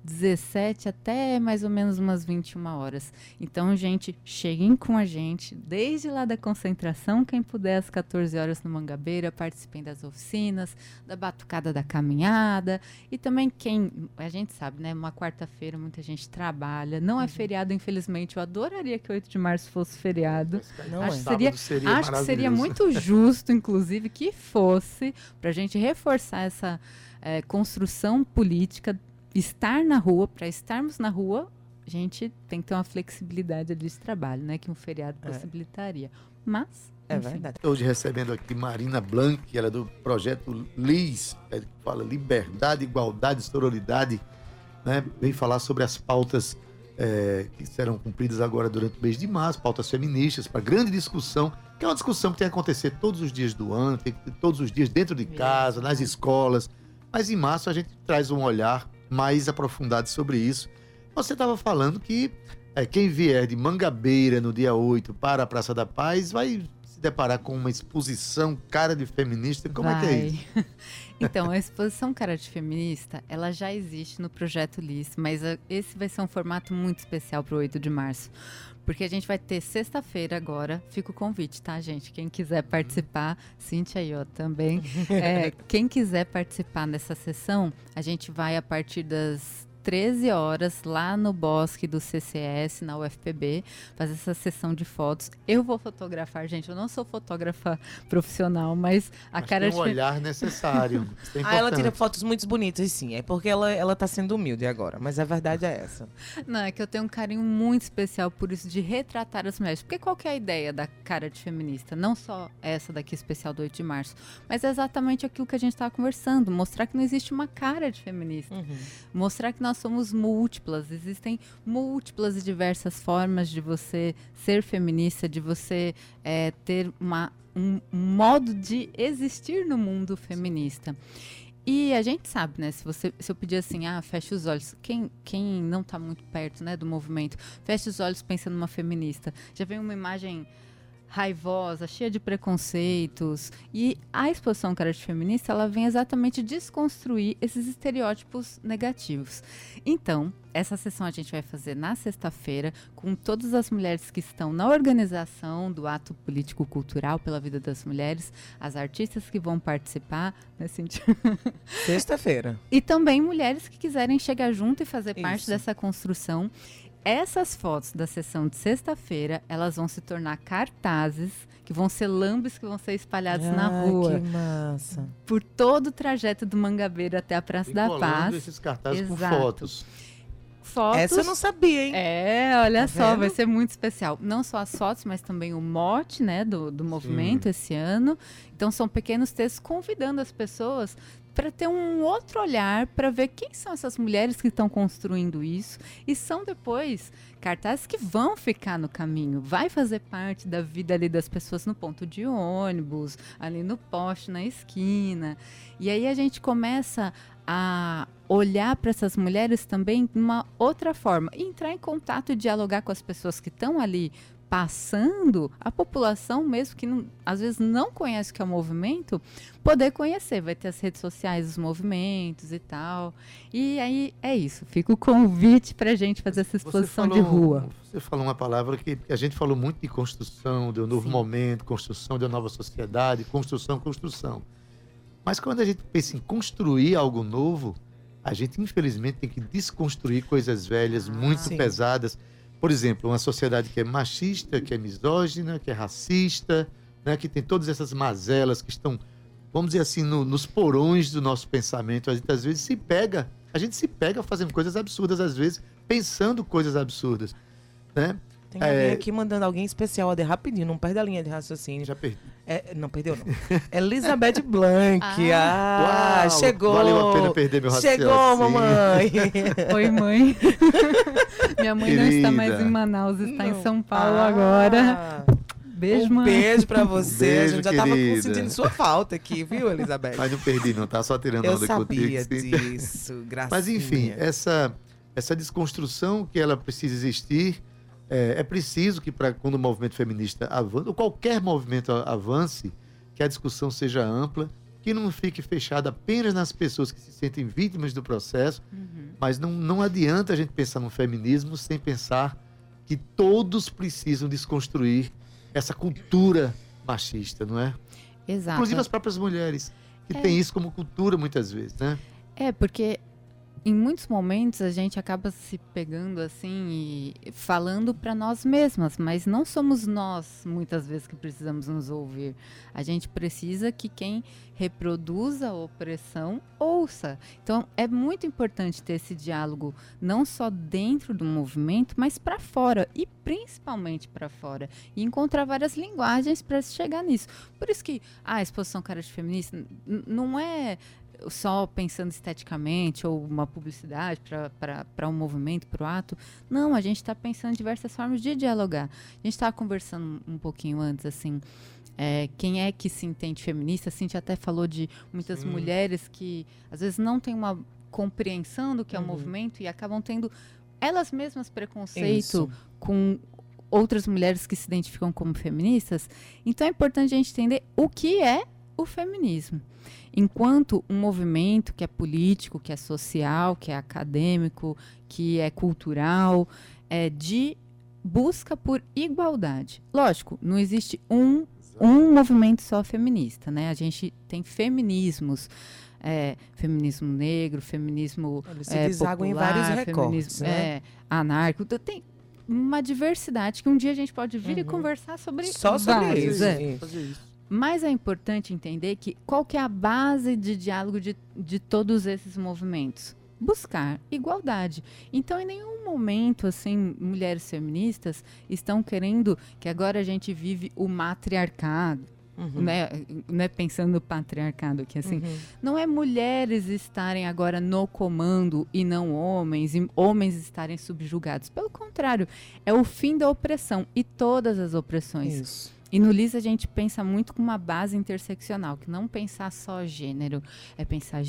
17 até mais ou menos umas 21 horas. Então, gente, cheguem com a gente desde lá da concentração, quem puder às 14 horas no Mangabeira, participem das oficinas, da batucada da caminhada e também a gente sabe, né, uma quarta-feira muita gente trabalha, não é feriado, infelizmente. Eu adoraria que 8 de março fosse feriado.
Não
Acho
é.
que seria muito justo, inclusive, que fosse, para a gente reforçar essa construção política. Estar na rua, para estarmos na rua, a gente tem que ter uma flexibilidade ali de trabalho, né? Que um feriado possibilitaria. Mas,
É
enfim.
verdade.
Hoje recebendo aqui Marina Blanc, ela é do projeto LIS, que fala Liberdade, Igualdade e Sororidade, né? Vem falar sobre as pautas que serão cumpridas agora durante o mês de março, pautas feministas, para grande discussão, que é uma discussão que tem que acontecer todos os dias do ano, tem que ter todos os dias dentro de casa, nas escolas, mas em março a gente traz um olhar mais aprofundado sobre isso. Você estava falando que quem vier de Mangabeira no dia 8 para a Praça da Paz vai se deparar com uma exposição cara de feminista. Como é que é isso?
Então, a exposição Cara de Feminista, ela já existe no Projeto LIS, mas esse vai ser um formato muito especial para o 8 de março. Porque a gente vai ter sexta-feira agora, fica o convite, tá, gente? Quem quiser participar, Cíntia e eu também. Quem quiser participar dessa sessão, a gente vai a partir das 13 horas, lá no bosque do CCS, na UFPB, fazer essa sessão de fotos. Eu vou fotografar, gente, eu não sou fotógrafa profissional, mas a
Mas
cara
tem um olhar necessário. Isso é
Ela tira
importante.
fotos muito bonitas, sim. É porque ela tá sendo humilde agora. Mas a verdade é essa.
Não, é que eu tenho um carinho muito especial por isso de retratar as mulheres. Porque qual que é a ideia da cara de feminista? Não só essa daqui especial do 8 de março, mas é exatamente aquilo que a gente estava conversando. Mostrar que não existe uma cara de feminista. Mostrar que nós somos múltiplas. Existem múltiplas e diversas formas de você ser feminista, de você ter um modo de existir no mundo feminista. E a gente sabe, né? Se eu pedir assim, feche os olhos. Quem não está muito perto, né, do movimento, feche os olhos pensando numa feminista. Já vem uma imagem raivosa, cheia de preconceitos. E a exposição Cara de Feminista, ela vem exatamente desconstruir esses estereótipos negativos. Então, essa sessão a gente vai fazer na sexta-feira com todas as mulheres que estão na organização do ato político-cultural pela vida das mulheres, as artistas que vão participar, né, Cíntia?
Sexta-feira.
E também mulheres que quiserem chegar junto e fazer parte
Isso.
dessa construção. Essas fotos da sessão de sexta-feira, elas vão se tornar cartazes, que vão ser lambes que vão ser espalhados na rua,
Que massa.
por todo o trajeto do Mangabeira até a Praça da
Vinculando
Paz.
esses cartazes com
Exato.
fotos.
Fotos.
Essa eu não sabia, hein?
Olha
Tá
só,
vendo?
vai ser muito especial. Não só as fotos, mas também o mote, né, do movimento esse ano. Então, são pequenos textos convidando as pessoas para ter um outro olhar, para ver quem são essas mulheres que estão construindo isso. E são depois cartazes que vão ficar no caminho. Vai fazer parte da vida ali das pessoas no ponto de ônibus, ali no poste, na esquina. E aí a gente começa a olhar para essas mulheres também de uma outra forma, e entrar em contato e dialogar com as pessoas que estão ali passando, a população mesmo que às vezes não conhece o que é o movimento, poder conhecer. Vai ter as redes sociais dos movimentos e tal. E aí é isso, fica o convite para a gente fazer essa exposição de rua.
Você falou uma palavra que a gente falou muito de construção, de um novo momento, construção de uma nova sociedade, construção. Mas quando a gente pensa em construir algo novo, a gente infelizmente tem que desconstruir coisas velhas, muito
sim.
pesadas. Por exemplo, uma sociedade que é machista, que é misógina, que é racista, né, que tem todas essas mazelas que estão, vamos dizer assim, nos porões do nosso pensamento. A gente às vezes se pega fazendo coisas absurdas, às vezes pensando coisas absurdas, né?
Tem alguém aqui mandando alguém especial, Ade, rapidinho, não perde a linha de raciocínio.
Já perdi.
Não, perdeu não. Elizabeth Blanc.
Uau,
Chegou.
valeu a pena perder meu raciocínio.
Chegou, mamãe.
Oi, mãe. Minha mãe não está mais
Querida.
em Manaus, está em
Não.
São Paulo agora. Beijo, mãe.
Beijo pra você.
Beijo,
a gente já tava
querida.
sentindo sua falta aqui, viu, Elizabeth?
Mas não perdi não, tá só tirando
Eu
onda
sabia
contigo. sim.
disso, graças
Mas enfim, essa desconstrução que ela precisa existir, é preciso que quando o movimento feminista avance, ou qualquer movimento avance, que a discussão seja ampla, que não fique fechada apenas nas pessoas que se sentem vítimas do processo, mas não adianta a gente pensar no feminismo sem pensar que todos precisam desconstruir essa cultura machista, não é?
Exato.
Inclusive as próprias mulheres, que têm isso como cultura muitas vezes, né?
Porque em muitos momentos a gente acaba se pegando assim e falando para nós mesmas, mas não somos nós muitas vezes que precisamos nos ouvir. A gente precisa que quem reproduza a opressão ouça. Então é muito importante ter esse diálogo não só dentro do movimento, mas para fora e principalmente para fora, e encontrar várias linguagens para chegar nisso. Por isso que a exposição Cara de Feminista não é só pensando esteticamente ou uma publicidade para um movimento, para o ato. Não, a gente está pensando em diversas formas de dialogar. A gente estava conversando um pouquinho antes, assim, quem é que se entende feminista. A Cíntia até falou de muitas mulheres que às vezes não têm uma compreensão do que é o movimento e acabam tendo elas mesmas preconceito
Isso.
com outras mulheres que se identificam como feministas. Então é importante a gente entender o que é o feminismo. Enquanto um movimento que é político, que é social, que é acadêmico, que é cultural, de busca por igualdade. Lógico, não existe um um movimento só feminista, né? A gente tem feminismos, feminismo negro, feminismo
Eles se desaguam em
popular,
vários recortes,
feminismo
né?
anárquico. Tem uma diversidade que um dia a gente pode vir e conversar sobre
Só sobre
vários,
isso.
Fazer isso.
Mas é importante entender que qual que é a base de diálogo de todos esses movimentos? Buscar igualdade. Então, em nenhum momento, assim, mulheres feministas estão querendo que agora a gente vive o matriarcado, né? Pensando no patriarcado aqui, assim. Não é mulheres estarem agora no comando e não homens, e homens estarem subjugados. Pelo contrário, é o fim da opressão e todas as opressões.
Isso.
E no LIS a gente pensa muito com uma base interseccional, que não pensar só gênero, é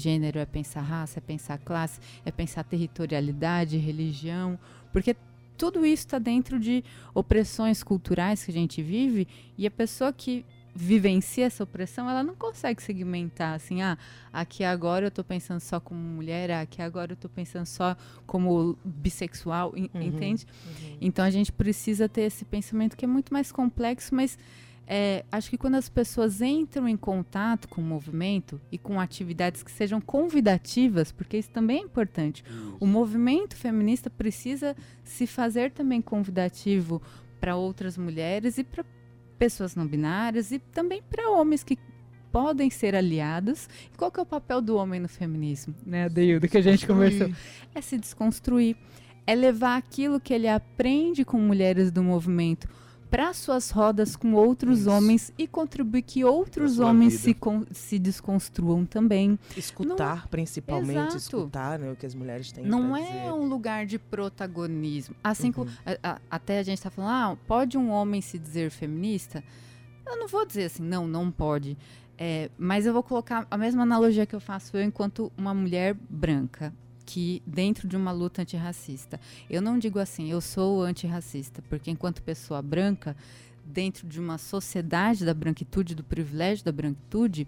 pensar raça, é pensar classe, é pensar territorialidade, religião, porque tudo isso está dentro de opressões culturais que a gente vive, e a pessoa que vivencia essa opressão, ela não consegue segmentar assim, aqui agora eu tô pensando só como mulher, aqui agora eu tô pensando só como bissexual, entende? Então a gente precisa ter esse pensamento que é muito mais complexo, mas acho que quando as pessoas entram em contato com o movimento e com atividades que sejam convidativas, porque isso também é importante, o movimento feminista precisa se fazer também convidativo para outras mulheres e para pessoas não binárias e também para homens que podem ser aliados. E qual que é o papel do homem no feminismo, né, Adeildo, que a gente conversou? É se desconstruir, é levar aquilo que ele aprende com mulheres do movimento para suas rodas com outros homens e contribuir que outros homens se desconstruam também.
Escutar, principalmente,
Exato.
escutar, né, o que as mulheres têm
Não
pra
é
dizer.
um lugar de protagonismo. Assim como até a gente está falando, pode um homem se dizer feminista? Eu não vou dizer assim, não pode. Mas eu vou colocar a mesma analogia que eu faço eu enquanto uma mulher branca, que dentro de uma luta antirracista. Eu não digo assim, eu sou antirracista, porque enquanto pessoa branca, dentro de uma sociedade da branquitude, do privilégio da branquitude,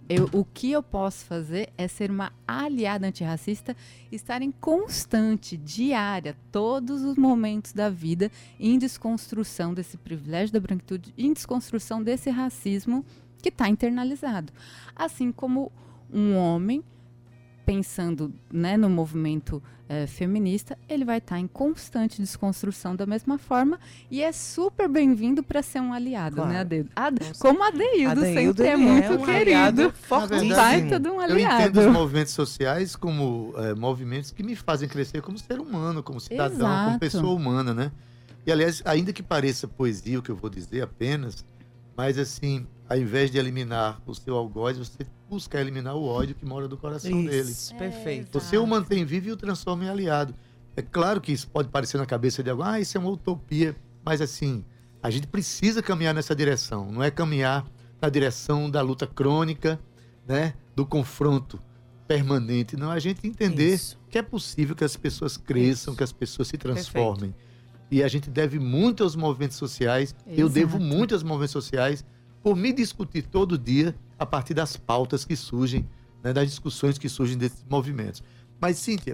o que eu posso fazer é ser uma aliada antirracista, estar em constante, diária, todos os momentos da vida, em desconstrução desse privilégio da branquitude, em desconstrução desse racismo que está internalizado. Assim como um homem, pensando, né, no movimento feminista, ele vai estar em constante desconstrução da mesma forma e é super bem-vindo para ser um aliado,
Claro.
né, Adeildo? Como Adeildo sempre é
ele
muito
um
querido.
aliado fortíssimo.
Baita de um
Eu entendo
aliado.
os movimentos sociais como movimentos que me fazem crescer como ser humano, como cidadão, como
Exato.
pessoa humana, né? E, aliás, ainda que pareça poesia o que eu vou dizer apenas, mas, assim, ao invés de eliminar o seu algoz, você busca eliminar o ódio que mora do coração dele.
Isso, perfeito.
Você o mantém vivo e o transforma em aliado. É claro que isso pode parecer na cabeça de alguém, isso é uma utopia, mas, assim, a gente precisa caminhar nessa direção, não é caminhar na direção da luta crônica, né, do confronto permanente, não, a gente entender
Isso.
que é possível que as pessoas cresçam, que as pessoas se transformem. E a gente deve muito aos movimentos sociais, eu
Exato.
devo muito aos movimentos sociais por me discutir todo dia a partir das pautas que surgem, né, das discussões que surgem desses movimentos. Mas, Cíntia,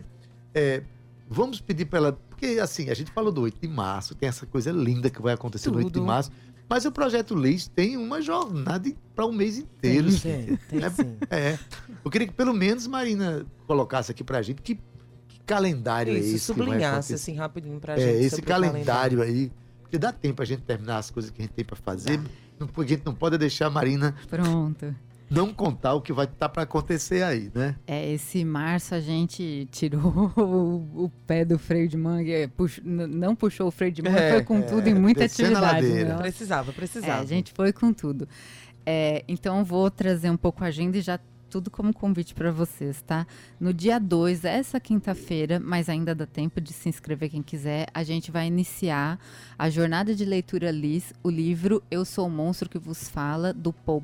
vamos pedir para ela, porque assim, a gente falou do 8 de março, tem essa coisa linda que vai acontecer no 8 de
Tudo.
março, mas o Projeto Liz tem uma jornada para um mês inteiro. Cíntia.
Tem sim.
Eu queria que pelo menos Marina colocasse aqui pra gente que calendário é
Isso,
esse que vai
sublinhasse
acontecer.
assim rapidinho pra gente.
Esse
sobre o
calendário aí, porque dá tempo a gente terminar as coisas que a gente tem para fazer, porque a gente não pode deixar a Marina
Pronto.
não contar o que vai estar para acontecer aí, né?
Esse março a gente tirou o pé do freio de manga, não puxou o freio de manga, foi com tudo em muita
descendo a
atividade.
ladeira.
Né?
Precisava.
A gente foi com tudo. Então vou trazer um pouco a agenda e já tudo como convite para vocês, tá? No dia 2, essa quinta-feira, mas ainda dá tempo de se inscrever quem quiser, a gente vai iniciar a jornada de leitura Liz, o livro Eu Sou o Monstro que Vos Fala, do Paul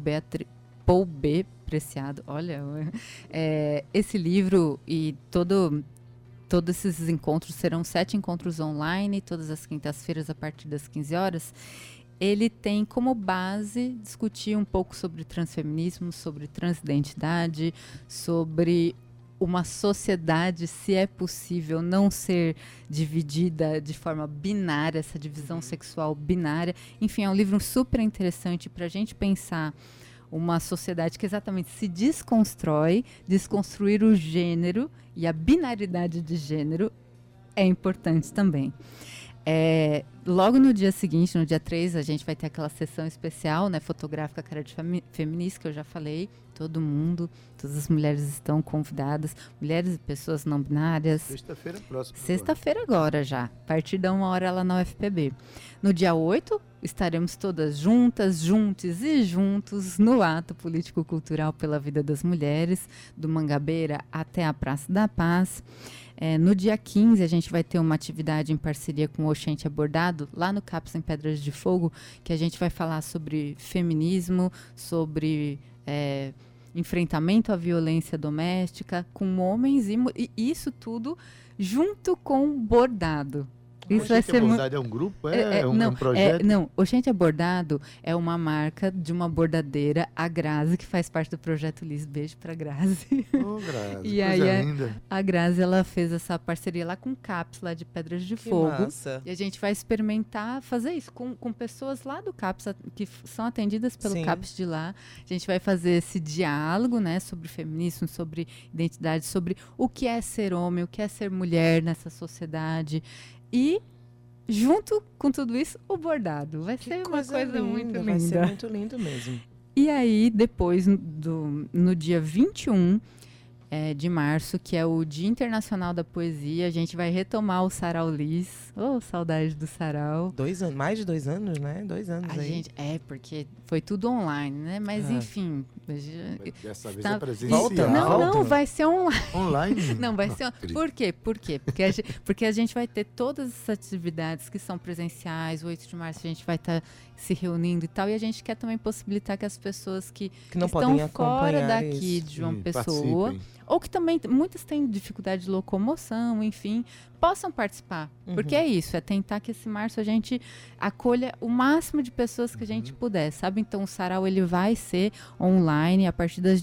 B. Preciado. Olha, esse livro e todos esses encontros serão 7 encontros online, todas as quintas-feiras a partir das 15 horas. Ele tem como base discutir um pouco sobre transfeminismo, sobre transidentidade, sobre uma sociedade, se é possível não ser dividida de forma binária, essa divisão sexual binária. Enfim, é um livro super interessante para a gente pensar uma sociedade que exatamente se desconstruir o gênero e a binaridade de gênero é importante também. Logo no dia seguinte, no dia 3, a gente vai ter aquela sessão especial, né, fotográfica Cara de Feminista, que eu já falei. Todo mundo, todas as mulheres estão convidadas, mulheres e pessoas não binárias.
Sexta-feira próxima.
Sexta-feira agora já, a partir da 1h lá na UFPB. No dia 8, estaremos todas juntas, juntos e juntos no ato político-cultural pela vida das mulheres, do Mangabeira até a Praça da Paz. No dia 15, a gente vai ter uma atividade em parceria com o Oxente Abordado, lá no CAPS em Pedras de Fogo, que a gente vai falar sobre feminismo, sobre enfrentamento à violência doméstica, com homens e isso tudo junto com bordado. Isso vai ser
Abordado é um grupo? É um projeto?
Não, Oxente Abordado é uma marca de uma bordadeira, a Grazi, que faz parte do Projeto Liz. Beijo pra Grazi.
Grazi,
e aí
linda.
A Grazi, ela fez essa parceria lá com o CAPS, lá de Pedras de Fogo.
Massa.
E a gente vai experimentar fazer isso com pessoas lá do CAPS, que são atendidas pelo CAPS de lá. A gente vai fazer esse diálogo, né, sobre feminismo, sobre identidade, sobre o que é ser homem, o que é ser mulher nessa sociedade. E, junto com tudo isso, o bordado. Vai ser uma coisa muito linda.
Vai ser muito lindo mesmo.
E aí, depois, no dia 21 de março, que é o Dia Internacional da Poesia, a gente vai retomar o Sarau Liz. Saudade do Sarau.
2 anos, mais de 2 anos, né? 2 anos aí.
Porque foi tudo online, né? Mas, enfim...
Dessa vez é presencial.
Não, vai ser online.
Online?
Não, vai ser... Por quê? Porque a gente vai ter todas essas atividades que são presenciais. O 8 de março a gente vai estar se reunindo e tal. E a gente quer também possibilitar que as pessoas que
não
estão
podem
fora daqui
isso.
de uma pessoa... Ou que também, muitas têm dificuldade de locomoção, enfim, possam participar. Porque é isso, é tentar que esse março a gente acolha o máximo de pessoas que a gente puder, sabe? Então o Sarau, ele vai ser online a partir das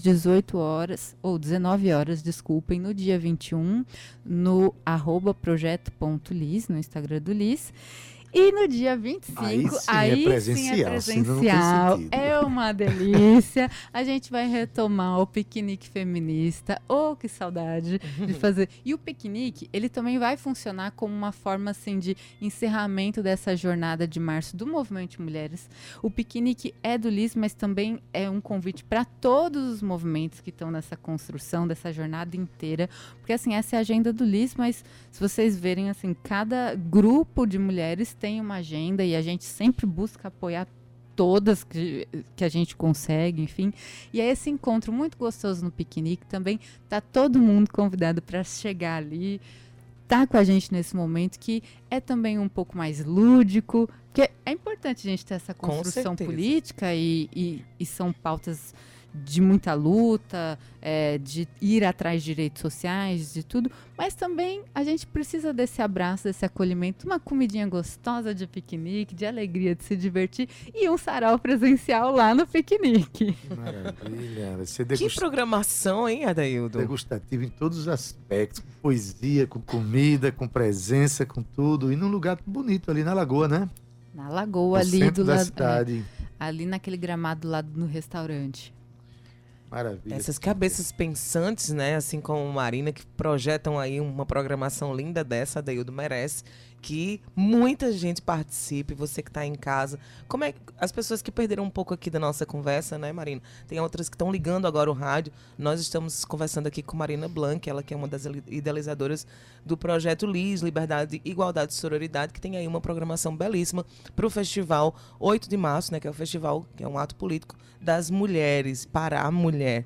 19 horas, desculpem, no dia 21, no @projeto.liz, no Instagram do Liz. E no dia 25, aí sim é presencial. É uma delícia. A gente vai retomar o piquenique feminista. Que saudade de fazer. E o piquenique, ele também vai funcionar como uma forma assim de encerramento dessa jornada de março do Movimento de Mulheres. O piquenique é do Liz, mas também é um convite para todos os movimentos que estão nessa construção dessa jornada inteira. Porque assim, essa é a agenda do Liz, mas se vocês verem assim, cada grupo de mulheres tem uma agenda e a gente sempre busca apoiar todas que a gente consegue, enfim. E é esse encontro muito gostoso no piquenique também. Tá todo mundo convidado para chegar ali, tá com a gente nesse momento, que é também um pouco mais lúdico, porque é importante a gente ter essa construção política e são pautas de muita luta, de ir atrás de direitos sociais, de tudo, mas também a gente precisa desse abraço, desse acolhimento, uma comidinha gostosa de piquenique, de alegria, de se divertir e um sarau presencial lá no piquenique.
Maravilha.
Que programação, hein, Adaildo?
Degustativo em todos os aspectos, com poesia, com comida, com presença, com tudo, e num lugar bonito ali na Lagoa, né?
Na Lagoa,
no
ali
centro
do
da
lado,
cidade.
Ali naquele gramado lá no restaurante.
Maravilha.
Essas cabeças pensantes, né, assim como Marina, que projetam aí uma programação linda dessa, a Adaildo merece que muita gente participe, você que está em casa. Como é as pessoas que perderam um pouco aqui da nossa conversa, né, Marina? Tem outras que estão ligando agora o rádio. Nós estamos conversando aqui com Marina Blanc, ela que é uma das idealizadoras do projeto Liz, Liberdade, Igualdade e Sororidade, que tem aí uma programação belíssima para o festival 8 de março, né, que é o festival, que é um ato político das mulheres, para a mulher.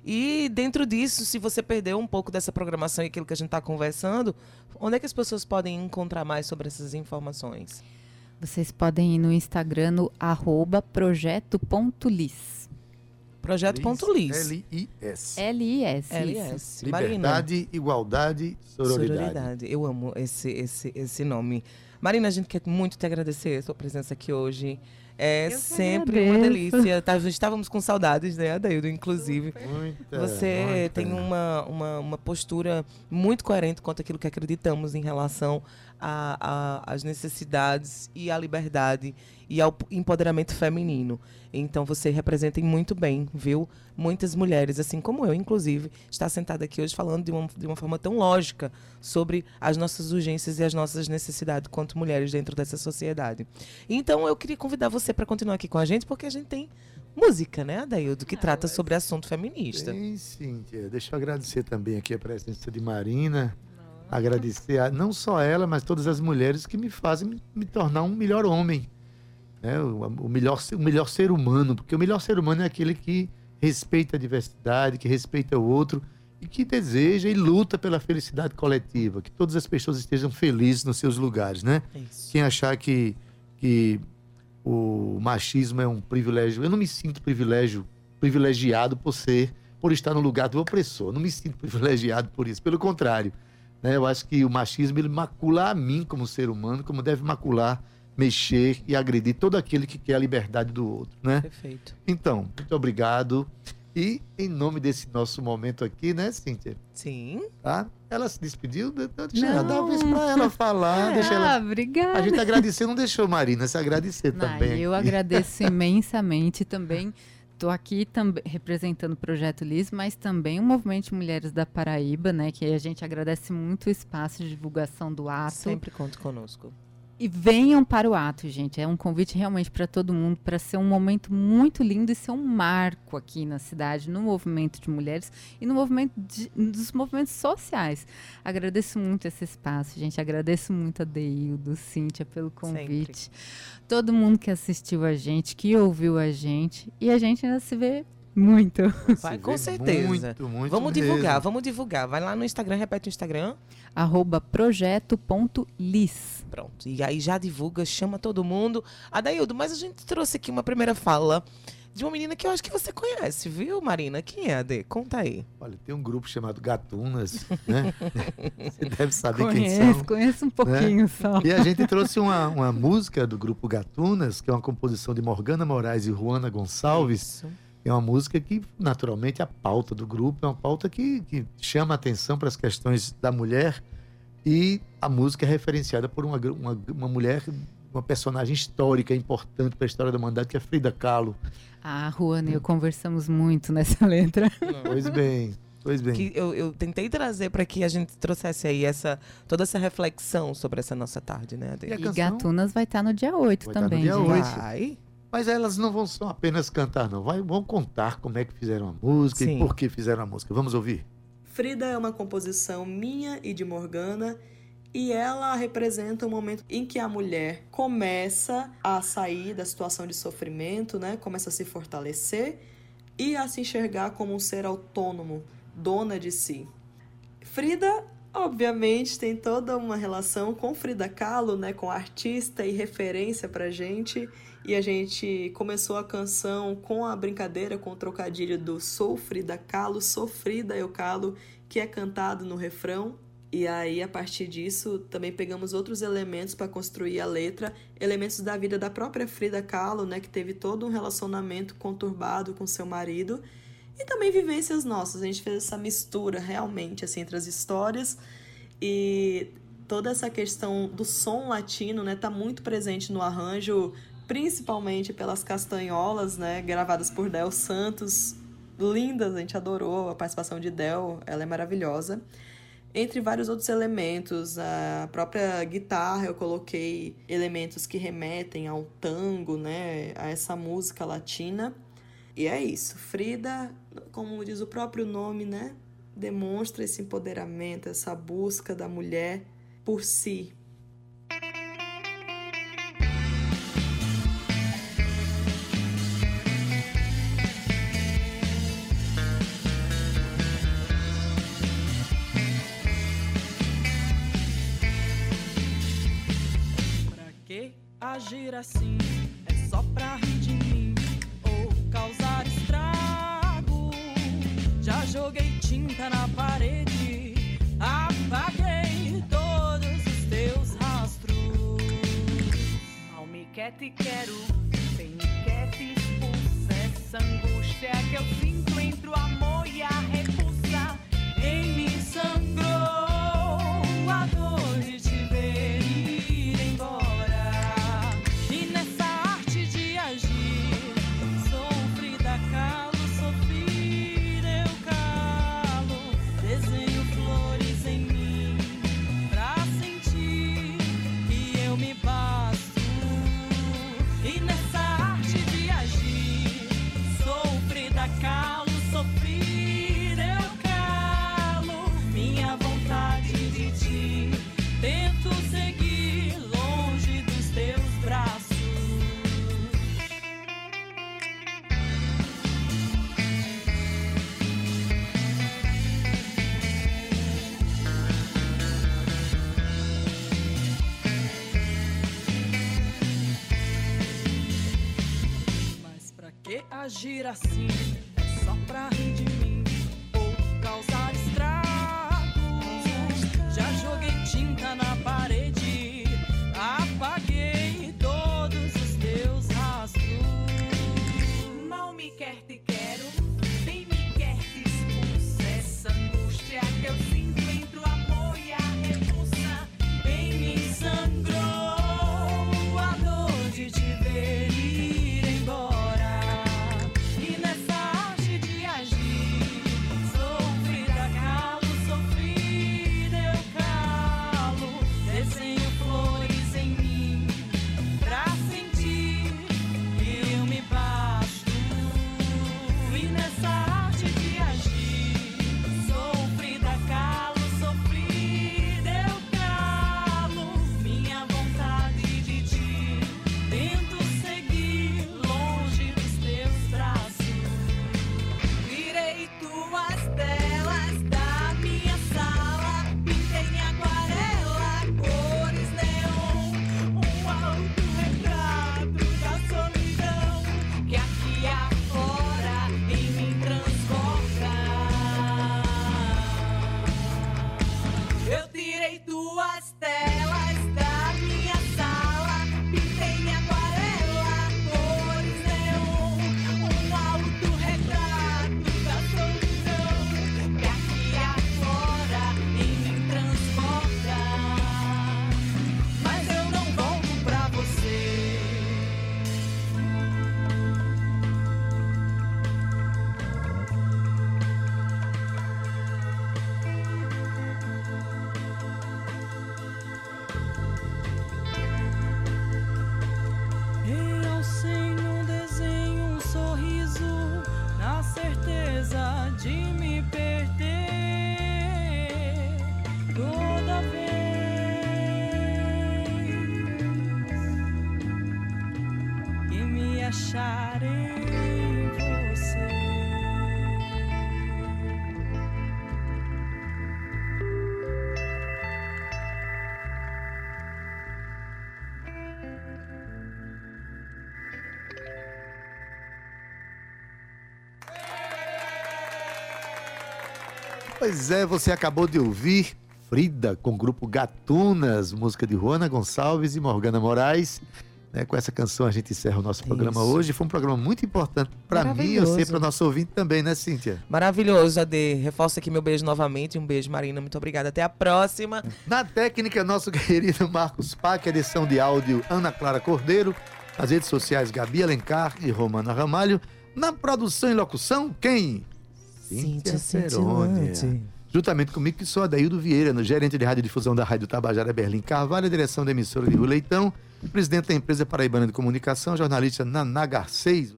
E dentro disso, se você perdeu um pouco dessa programação e aquilo que a gente está conversando, onde é que as pessoas podem encontrar mais sobre essas informações?
Vocês podem ir no Instagram no @projeto.liz.
Projeto.liz.
L-I-S.
L-I-S.
Liberdade, Igualdade, Sororidade.
Eu amo esse nome. Marina, a gente quer muito te agradecer a sua presença aqui hoje. É
Eu que
sempre uma
agradeço.
delícia. Estávamos com saudades, né, Adaildo, inclusive. Você
muita.
tem uma postura muito coerente quanto àquilo que acreditamos em relação às necessidades e à liberdade e ao empoderamento feminino. Então você representa muito bem, viu? Muitas mulheres, assim como eu, inclusive, está sentada aqui hoje falando de uma forma tão lógica sobre as nossas urgências e as nossas necessidades quanto mulheres dentro dessa sociedade. Então eu queria convidar você para continuar aqui com a gente, porque a gente tem música, né, Adaildo, que trata sobre assunto feminista.
Sim, Cíntia. Deixa eu agradecer também aqui a presença de Marina. Agradecer não só ela, mas todas as mulheres que me fazem me tornar um melhor homem. Né? O melhor ser humano. Porque o melhor ser humano é aquele que respeita a diversidade, que respeita o outro e que deseja e luta pela felicidade coletiva. Que todas as pessoas estejam felizes nos seus lugares, né?
Isso.
Quem achar que o machismo é um privilégio... Eu não me sinto privilegiado por estar no lugar do opressor. Eu não me sinto privilegiado por isso. Pelo contrário, né? Eu acho que o machismo ele macula a mim como ser humano, como deve macular, mexer e agredir todo aquele que quer a liberdade do outro, né?
Perfeito.
Então, muito obrigado. E em nome desse nosso momento aqui, né, Cíntia?
Sim.
Tá? Ela se despediu, deixa eu dar uma vez pra ela falar. Deixa ela...
Obrigada.
A gente agradeceu, não deixou Marina se agradecer também.
Eu agradeço imensamente também. Estou aqui representando o Projeto Liz, mas também o Movimento de Mulheres da Paraíba, né? Que a gente agradece muito o espaço de divulgação do ato.
Sempre conte conosco.
E venham para o ato, gente. É um convite realmente para todo mundo, para ser um momento muito lindo e ser um marco aqui na cidade, no movimento de mulheres e no movimento dos movimentos sociais. Agradeço muito esse espaço, gente. Agradeço muito a Deildo, Cíntia, pelo convite.
Sempre.
Todo mundo que assistiu a gente, que ouviu a gente. E a gente ainda se vê muito.
Vai, com certeza.
Muito
Vamos
mesmo.
divulgar. Vai lá no Instagram, repete o Instagram.
@projeto.lis.
Pronto. E aí já divulga, chama todo mundo. Adaildo, mas a gente trouxe aqui uma primeira fala de uma menina que eu acho que você conhece, viu, Marina? Quem é, Ade? Conta aí.
Olha, tem um grupo chamado Gatunas, né? Você deve saber quem são.
Conheço um pouquinho só.
E a gente trouxe uma música do grupo Gatunas, que é uma composição de Morgana Moraes e Juana Gonçalves.
Isso.
É uma música que, naturalmente, a pauta do grupo é uma pauta que chama a atenção para as questões da mulher. E a música é referenciada por uma mulher, uma personagem histórica importante para a história da humanidade, que é Frida Kahlo.
Juana e eu conversamos muito nessa letra.
Pois bem.
Que eu tentei trazer para que a gente trouxesse aí toda essa reflexão sobre essa nossa tarde, né, Ade?
E a
E
canção?
Gatunas vai estar no dia 8
Vai estar no
também,
dia
gente.
8.
Vai.
Mas elas não vão só apenas cantar, não. Vão contar como é que fizeram a música
Sim.
e por que fizeram a música. Vamos ouvir?
Frida é uma composição minha e de Morgana, e ela representa o momento em que a mulher começa a sair da situação de sofrimento, né? Começa a se fortalecer e a se enxergar como um ser autônomo, dona de si. Frida, obviamente, tem toda uma relação com Frida Kahlo, né? Com artista e referência pra gente. E a gente começou a canção com a brincadeira, com o trocadilho do Sou Frida Kahlo, sou Frida eu calo, que é cantado no refrão. E aí, a partir disso, também pegamos outros elementos para construir a letra, elementos da vida da própria Frida Kahlo, né, que teve todo um relacionamento conturbado com seu marido, e também vivências nossas. A gente fez essa mistura realmente assim, entre as histórias, e toda essa questão do som latino, né, tá muito presente no arranjo, principalmente pelas castanholas, né, gravadas por Del Santos, lindas, a gente adorou a participação de Del, ela é maravilhosa. Entre vários outros elementos, a própria guitarra, eu coloquei elementos que remetem ao tango, né, a essa música latina. E é isso, Frida, como diz o próprio nome, né, demonstra esse empoderamento, essa busca da mulher por si.
Agir assim é só pra rir de mim ou causar estrago. Já joguei tinta na parede, apaguei todos os teus rastros. Mal me quer te quero, sem que agir assim é só pra rir de mim ou causar estrago? Já joguei tinta na parede, apaguei todos os teus rastros.
Mal me quer, te quero, bem me quer, te expulsa. Essa angústia que eu sinto entre o amor e a repulsa, bem me sangrou a dor de te ver ir embora. E nessa arte de agir, sofrida calo, sofrida eu calo. Desenho flores em mim pra sentir que eu me basto. E nessa arte de agir, sofrida calo, sofrida eu calo. Minha vontade de ti, tento seguir longe dos teus braços. Virei tuas telas da minha sala, pintei em aquarela, cores neon, um autorretrato da solidão que aqui afora em mim transborda. Eu tirei tuas telas da minha sala, pintei em aquarela, cores neon, um autorretrato da solidão que aqui afora em mim transporta. Mas eu não volto pra você.
Eu sem um desenho, um sorriso, na certeza de me perder toda vez que me achar em você.
Pois é, você acabou de ouvir Frida com o grupo Gatunas, música de Juana Gonçalves e Morgana Moraes. Né, com essa canção a gente encerra o nosso programa hoje. Foi um programa muito importante para mim, eu sei, para o nosso ouvinte também, né, Cíntia?
Maravilhoso, Ade. Reforço aqui meu beijo novamente. Um beijo, Marina. Muito obrigada. Até a próxima.
Na técnica, nosso querido Marcos Pac, edição de áudio Ana Clara Cordeiro, nas redes sociais Gabi Alencar e Romana Ramalho. Na produção e locução, quem? Cíntia Cerônia. Juntamente comigo, que sou Adaildo Vieira, no gerente de radiodifusão da Rádio Tabajara Berlim Carvalho, a direção da emissora de Rio Leitão, presidente da empresa paraibana de comunicação, jornalista Naná Garcês.